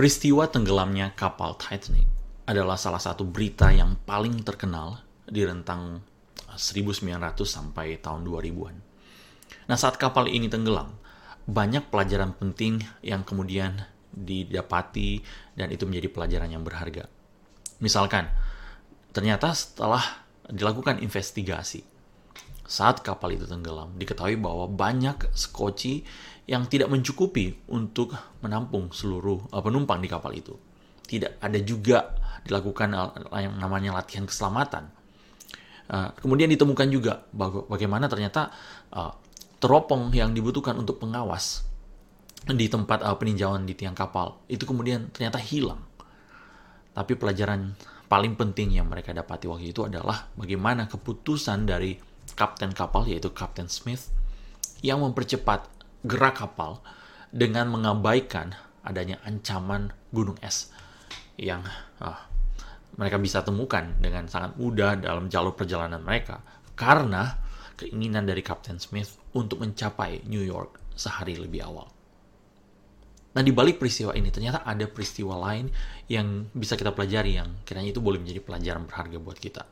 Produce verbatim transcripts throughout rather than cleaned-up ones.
Peristiwa tenggelamnya kapal Titanic adalah salah satu berita yang paling terkenal di rentang seribu sembilan ratus sampai tahun dua ribuan. Nah, saat kapal ini tenggelam, banyak pelajaran penting yang kemudian didapati dan itu menjadi pelajaran yang berharga. Misalkan, ternyata setelah dilakukan investigasi, saat kapal itu tenggelam, diketahui bahwa banyak skoci yang tidak mencukupi untuk menampung seluruh uh, penumpang di kapal itu. Tidak ada juga dilakukan uh, yang namanya latihan keselamatan. Uh, kemudian ditemukan juga baga- bagaimana ternyata uh, teropong yang dibutuhkan untuk pengawas di tempat uh, peninjauan di tiang kapal itu kemudian ternyata hilang. Tapi pelajaran paling penting yang mereka dapati waktu itu adalah bagaimana keputusan dari kapten kapal, yaitu Kapten Smith, yang mempercepat gerak kapal dengan mengabaikan adanya ancaman gunung es yang uh, mereka bisa temukan dengan sangat mudah dalam jalur perjalanan mereka karena keinginan dari Kapten Smith untuk mencapai New York sehari lebih awal. Nah, di balik peristiwa ini ternyata ada peristiwa lain yang bisa kita pelajari yang kiranya itu boleh menjadi pelajaran berharga buat kita.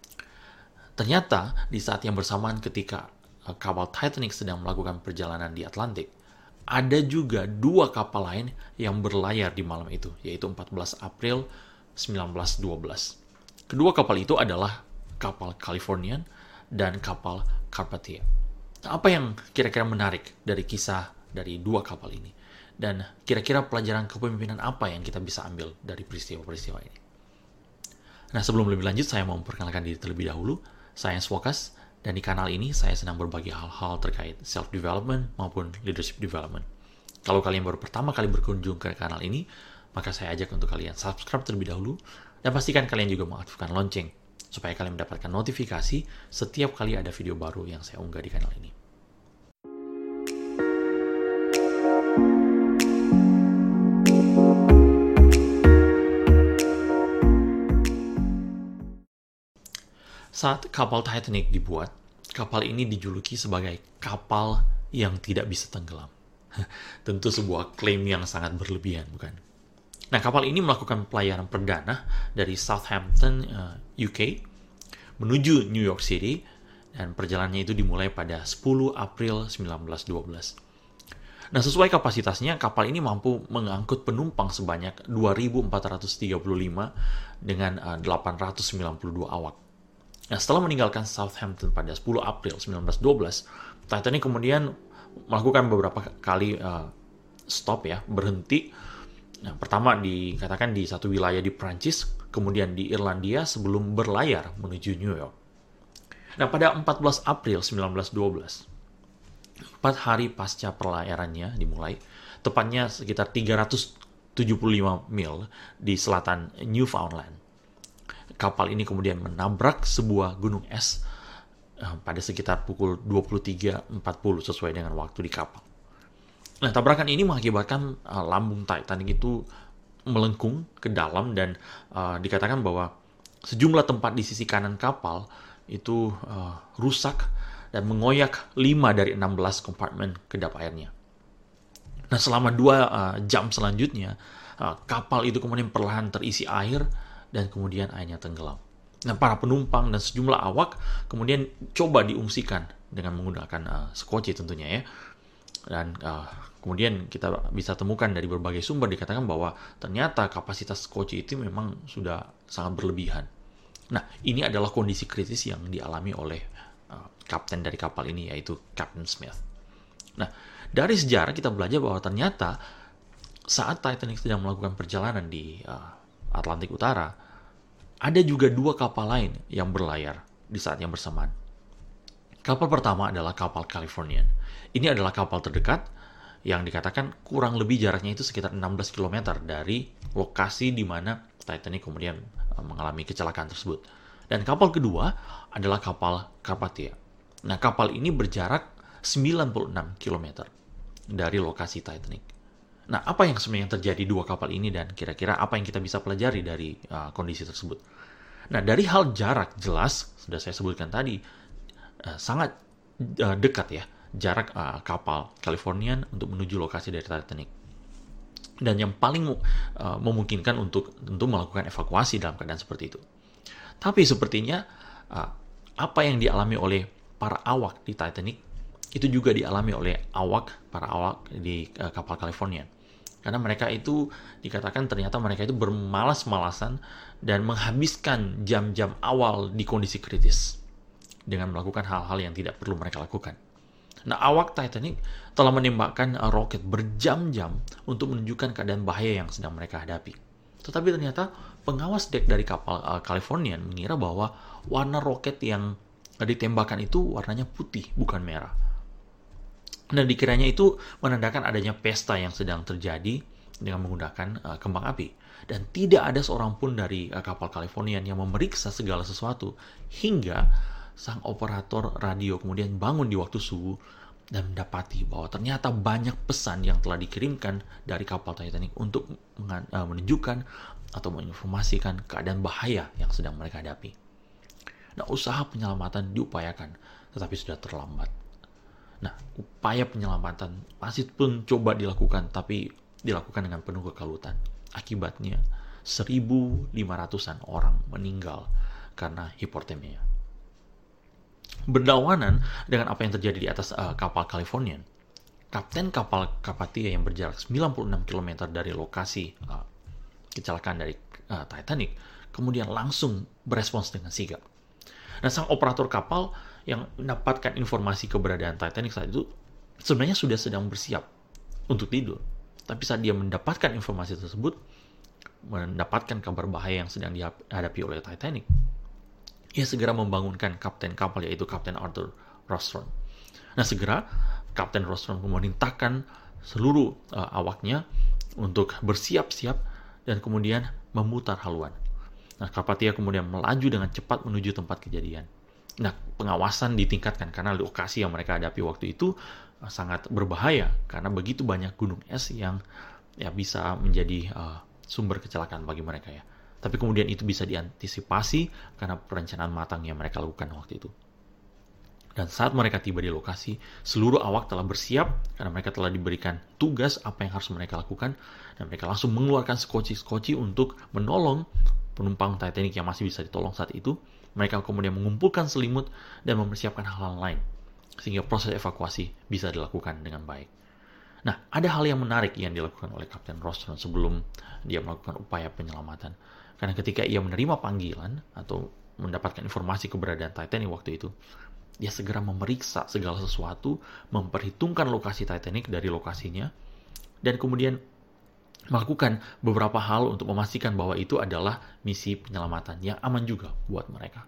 Ternyata di saat yang bersamaan ketika kapal Titanic sedang melakukan perjalanan di Atlantik, ada juga dua kapal lain yang berlayar di malam itu, yaitu empat belas April sembilan belas dua belas. Kedua kapal itu adalah kapal Californian dan kapal Carpathia. Nah, apa yang kira-kira menarik dari kisah dari dua kapal ini? Dan kira-kira pelajaran kepemimpinan apa yang kita bisa ambil dari peristiwa-peristiwa ini? Nah, sebelum lebih lanjut, saya mau memperkenalkan diri terlebih dahulu. Saya Swokas, dan di kanal ini saya sedang berbagi hal-hal terkait self-development maupun leadership development. Kalau kalian baru pertama kali berkunjung ke kanal ini, maka saya ajak untuk kalian subscribe terlebih dahulu, dan pastikan kalian juga mengaktifkan lonceng, supaya kalian mendapatkan notifikasi setiap kali ada video baru yang saya unggah di kanal ini. Saat kapal Titanic dibuat, kapal ini dijuluki sebagai kapal yang tidak bisa tenggelam. Tentu sebuah klaim yang sangat berlebihan, bukan? Nah, kapal ini melakukan pelayaran perdana dari Southampton, uh, U K, menuju New York City, dan perjalanannya itu dimulai pada sepuluh April sembilan belas dua belas. Nah, sesuai kapasitasnya, kapal ini mampu mengangkut penumpang sebanyak dua ribu empat ratus tiga puluh lima dengan uh, delapan ratus sembilan puluh dua awak. Nah, setelah meninggalkan Southampton pada sepuluh April sembilan belas dua belas, Titanic kemudian melakukan beberapa kali uh, stop ya, berhenti. Nah, pertama dikatakan di satu wilayah di Prancis, kemudian di Irlandia sebelum berlayar menuju New York. Nah, pada empat belas April sembilan belas dua belas, empat hari pasca pelayarannya dimulai, tepatnya sekitar tiga ratus tujuh puluh lima mil di selatan Newfoundland. Kapal ini kemudian menabrak sebuah gunung es uh, pada sekitar pukul dua puluh tiga empat puluh sesuai dengan waktu di kapal. Nah, tabrakan ini mengakibatkan uh, lambung Titanic itu melengkung ke dalam dan uh, dikatakan bahwa sejumlah tempat di sisi kanan kapal itu uh, rusak dan mengoyak lima dari enam belas kompartemen kedap airnya. Nah, selama dua uh, jam selanjutnya, uh, kapal itu kemudian perlahan terisi air dan kemudian airnya tenggelam. Nah, para penumpang dan sejumlah awak kemudian coba diungsikan dengan menggunakan uh, skoci tentunya ya. Dan uh, kemudian kita bisa temukan dari berbagai sumber dikatakan bahwa ternyata kapasitas skoci itu memang sudah sangat berlebihan. Nah, ini adalah kondisi kritis yang dialami oleh uh, kapten dari kapal ini, yaitu Kapten Smith. Nah, dari sejarah kita belajar bahwa ternyata saat Titanic sedang melakukan perjalanan di uh, Atlantik Utara, ada juga dua kapal lain yang berlayar di saat yang bersamaan. Kapal pertama adalah kapal Californian. Ini adalah kapal terdekat yang dikatakan kurang lebih jaraknya itu sekitar enam belas kilometer dari lokasi di mana Titanic kemudian mengalami kecelakaan tersebut. Dan kapal kedua adalah kapal Carpathia. Nah, kapal ini berjarak sembilan puluh enam kilometer dari lokasi Titanic. Nah, apa yang sebenarnya terjadi dua kapal ini dan kira-kira apa yang kita bisa pelajari dari uh, kondisi tersebut? Nah, dari hal jarak jelas, sudah saya sebutkan tadi, uh, sangat uh, dekat ya, jarak uh, kapal Californian untuk menuju lokasi dari Titanic. dan yang paling uh, memungkinkan untuk tentu melakukan evakuasi dalam keadaan seperti itu. Tapi sepertinya uh, apa yang dialami oleh para awak di Titanic itu juga dialami oleh awak para awak di uh, kapal Californian. Karena mereka itu dikatakan ternyata mereka itu bermalas-malasan dan menghabiskan jam-jam awal di kondisi kritis dengan melakukan hal-hal yang tidak perlu mereka lakukan. Nah, awak Titanic telah menembakkan uh, roket berjam-jam untuk menunjukkan keadaan bahaya yang sedang mereka hadapi. Tetapi ternyata pengawas dek dari kapal uh, Californian mengira bahwa warna roket yang uh, ditembakkan itu warnanya putih, bukan merah. Dan dikiranya itu menandakan adanya pesta yang sedang terjadi dengan menggunakan uh, kembang api. Dan tidak ada seorang pun dari uh, kapal Californian yang memeriksa segala sesuatu hingga sang operator radio kemudian bangun di waktu subuh dan mendapati bahwa ternyata banyak pesan yang telah dikirimkan dari kapal Titanic untuk menunjukkan atau menginformasikan keadaan bahaya yang sedang mereka hadapi. Nah, usaha penyelamatan diupayakan, tetapi sudah terlambat. Nah, upaya penyelamatan masih pun coba dilakukan, tapi dilakukan dengan penuh kekalutan. Akibatnya, seribu lima ratusan orang meninggal karena hipotermia. Berlawanan dengan apa yang terjadi di atas uh, kapal Californian, kapten kapal Carpathia yang berjarak sembilan puluh enam kilometer dari lokasi uh, kecelakaan dari uh, Titanic kemudian langsung berespons dengan sigap. Nah, sang operator kapal yang mendapatkan informasi keberadaan Titanic saat itu sebenarnya sudah sedang bersiap untuk tidur. Tapi saat dia mendapatkan informasi tersebut, mendapatkan kabar bahaya yang sedang dihadapi oleh Titanic, ia segera membangunkan kapten kapal, yaitu Kapten Arthur Rostron. Nah, segera Kapten Rostron memerintahkan seluruh uh, awaknya untuk bersiap-siap dan kemudian memutar haluan. Nah, Carpathia kemudian melaju dengan cepat menuju tempat kejadian. Nah, pengawasan ditingkatkan karena lokasi yang mereka hadapi waktu itu uh, sangat berbahaya karena begitu banyak gunung es yang ya bisa menjadi uh, sumber kecelakaan bagi mereka ya. Tapi kemudian itu bisa diantisipasi karena perencanaan matang yang mereka lakukan waktu itu. Dan saat mereka tiba di lokasi, seluruh awak telah bersiap karena mereka telah diberikan tugas apa yang harus mereka lakukan. Dan mereka langsung mengeluarkan skoci-skoci untuk menolong penumpang Titanic yang masih bisa ditolong saat itu. Mereka kemudian mengumpulkan selimut dan mempersiapkan hal-hal lain, sehingga proses evakuasi bisa dilakukan dengan baik. Nah, ada hal yang menarik yang dilakukan oleh Kapten Rostron sebelum dia melakukan upaya penyelamatan. Karena ketika ia menerima panggilan atau mendapatkan informasi keberadaan Titanic waktu itu, dia segera memeriksa segala sesuatu, memperhitungkan lokasi Titanic dari lokasinya, dan kemudian melakukan beberapa hal untuk memastikan bahwa itu adalah misi penyelamatan yang aman juga buat mereka.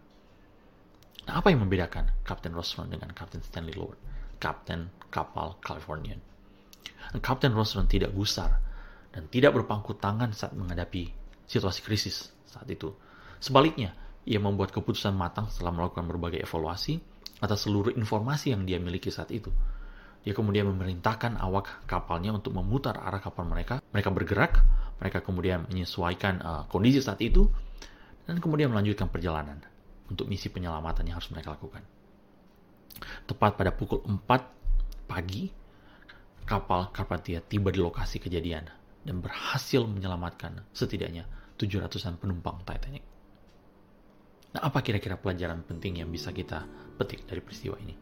Nah, apa yang membedakan Kapten Rostron dengan Kapten Stanley Lord, kapten kapal Californian? Kapten Rostron tidak gusar dan tidak berpangku tangan saat menghadapi situasi krisis saat itu. Sebaliknya, ia membuat keputusan matang setelah melakukan berbagai evaluasi atas seluruh informasi yang dia miliki saat itu. Dia kemudian memerintahkan awak kapalnya untuk memutar arah kapal mereka. Mereka bergerak, mereka kemudian menyesuaikan uh, kondisi saat itu, dan kemudian melanjutkan perjalanan untuk misi penyelamatan yang harus mereka lakukan. Tepat pada pukul empat pagi, kapal Carpathia tiba di lokasi kejadian dan berhasil menyelamatkan setidaknya tujuh ratusan penumpang Titanic. Nah, apa kira-kira pelajaran penting yang bisa kita petik dari peristiwa ini?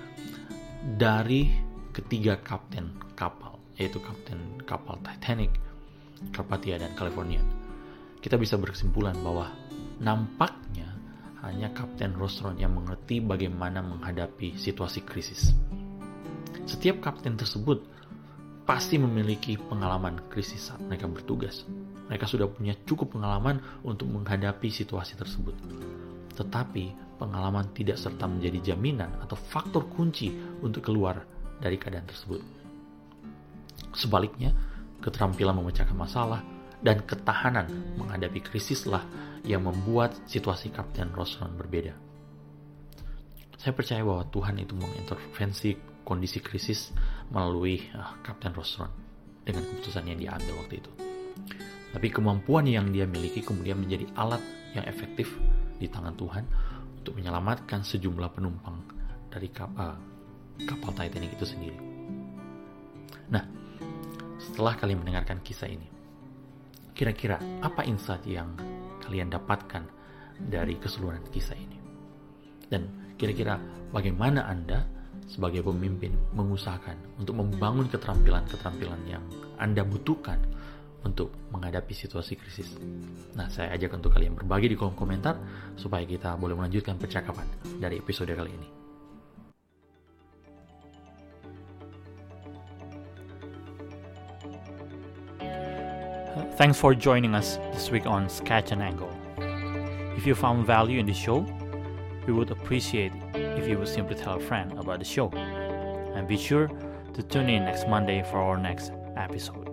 Dari ketiga kapten kapal, yaitu kapten kapal Titanic, Carpathia, dan Californian, kita bisa berkesimpulan bahwa nampaknya hanya Kapten Rostron yang mengerti bagaimana menghadapi situasi krisis. Setiap kapten tersebut pasti memiliki pengalaman krisis saat mereka bertugas. Mereka sudah punya cukup pengalaman untuk menghadapi situasi tersebut. Tetapi pengalaman tidak serta menjadi jaminan atau faktor kunci untuk keluar dari keadaan tersebut. Sebaliknya, keterampilan memecahkan masalah dan ketahanan menghadapi krisislah yang membuat situasi Kapten Rostron berbeda. Saya percaya bahwa Tuhan itu mengintervensi kondisi krisis melalui uh, Kapten Rostron dengan keputusan yang diambil waktu itu. Tapi kemampuan yang dia miliki kemudian menjadi alat yang efektif di tangan Tuhan untuk menyelamatkan sejumlah penumpang dari kapal, uh, kapal Titanic itu sendiri. Nah, setelah kalian mendengarkan kisah ini, kira-kira apa insight yang kalian dapatkan dari keseluruhan kisah ini? Dan kira-kira bagaimana Anda sebagai pemimpin mengusahakan untuk membangun keterampilan-keterampilan yang Anda butuhkan untuk menghadapi situasi krisis? Nah, saya ajak untuk kalian berbagi di kolom komentar supaya kita boleh melanjutkan percakapan dari episode kali ini. Thanks for joining us this week on Sketch and Angle. If you found value in the show, we would appreciate if you would simply tell a friend about the show. And be sure to tune in next Monday for our next episode.